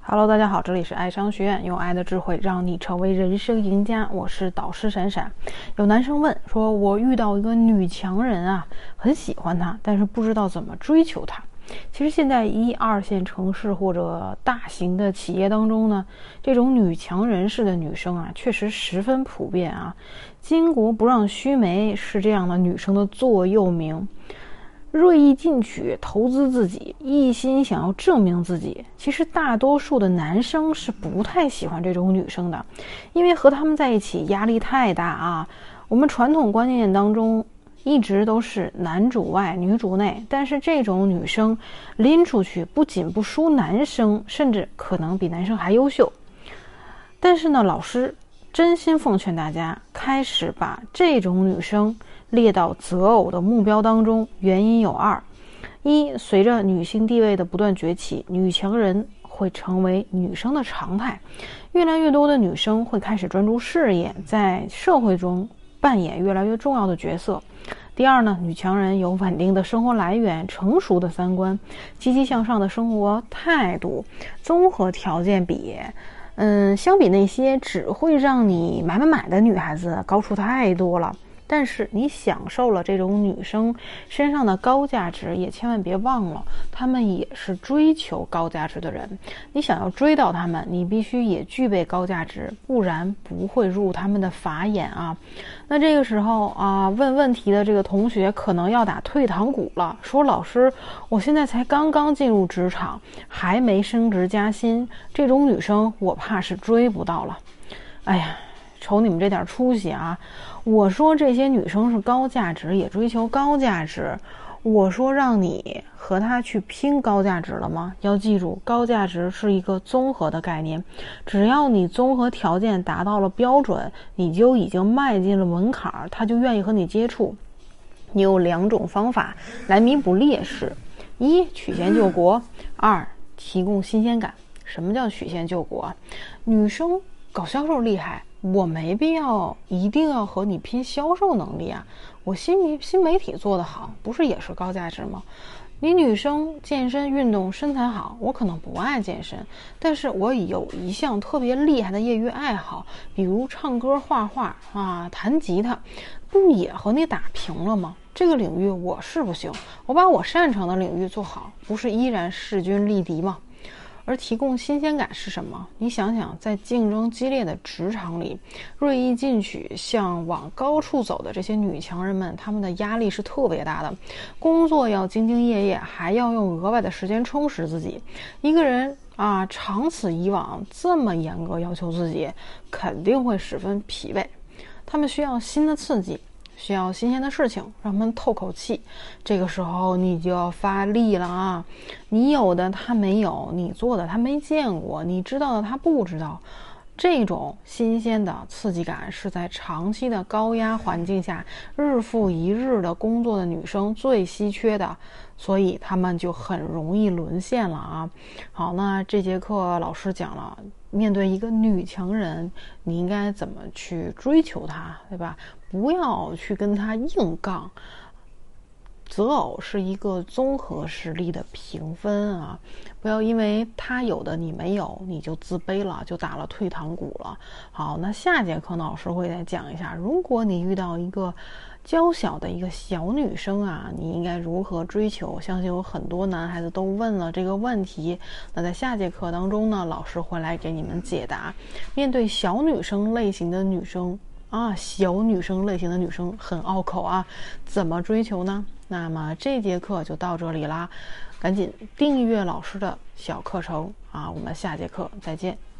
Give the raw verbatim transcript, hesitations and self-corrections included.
Hello， 大家好，这里是爱商学院，用爱的智慧让你成为人生赢家。我是导师闪闪。有男生问说，我遇到一个女强人啊，很喜欢她，但是不知道怎么追求她。其实现在一二线城市或者大型的企业当中呢，这种女强人式的女生啊，确实十分普遍啊。巾帼不让须眉是这样的女生的座右铭。锐意进取，投资自己，一心想要证明自己。其实大多数的男生是不太喜欢这种女生的，因为和他们在一起压力太大啊。我们传统观念当中一直都是男主外女主内，但是这种女生拎出去不仅不输男生，甚至可能比男生还优秀。但是呢，老师真心奉劝大家开始把这种女生列到择偶的目标当中，原因有二：一，随着女性地位的不断崛起，女强人会成为女生的常态，越来越多的女生会开始专注事业，在社会中扮演越来越重要的角色。第二呢，女强人有稳定的生活来源、成熟的三观、积极向上的生活态度，综合条件比嗯，相比那些只会让你买买买的女孩子高出太多了。但是你享受了这种女生身上的高价值，也千万别忘了她们也是追求高价值的人。你想要追到她们，你必须也具备高价值，不然不会入她们的法眼啊。那这个时候啊，问问题的这个同学可能要打退堂鼓了，说老师，我现在才刚刚进入职场，还没升职加薪，这种女生我怕是追不到了。哎呀，瞅你们这点出息啊！我说这些女生是高价值，也追求高价值。我说让你和她去拼高价值了吗？要记住，高价值是一个综合的概念，只要你综合条件达到了标准，你就已经迈进了门槛，她就愿意和你接触。你有两种方法来弥补劣势：一，曲线救国；二，提供新鲜感。什么叫曲线救国？女生搞销售厉害，我没必要一定要和你拼销售能力啊，我新媒新媒体做得好，不是也是高价值吗？你女生健身运动身材好，我可能不爱健身，但是我有一项特别厉害的业余爱好，比如唱歌、画画啊、弹吉他，不也和你打平了吗？这个领域我是不行，我把我擅长的领域做好，不是依然势均力敌吗？而提供新鲜感是什么？你想想，在竞争激烈的职场里，锐意进取、向往高处走的这些女强人们，她们的压力是特别大的，工作要兢兢业业，还要用额外的时间充实自己。一个人啊，长此以往这么严格要求自己，肯定会十分疲惫。他们需要新的刺激，需要新鲜的事情，让他们透口气。这个时候你就要发力了啊！你有的他没有，你做的他没见过，你知道的他不知道。这种新鲜的刺激感是在长期的高压环境下日复一日的工作的女生最稀缺的，所以她们就很容易沦陷了啊。好，那这节课老师讲了，面对一个女强人，你应该怎么去追求她，对吧？不要去跟她硬杠。择偶是一个综合实力的评分啊，不要因为他有的你没有，你就自卑了，就打了退堂鼓了。好，那下节课呢，老师会再讲一下，如果你遇到一个娇小的一个小女生啊，你应该如何追求？相信有很多男孩子都问了这个问题。那在下节课当中呢，老师会来给你们解答。面对小女生类型的女生啊，小女生类型的女生很拗口啊，怎么追求呢？那么这节课就到这里啦，赶紧订阅老师的小课程啊，我们下节课再见。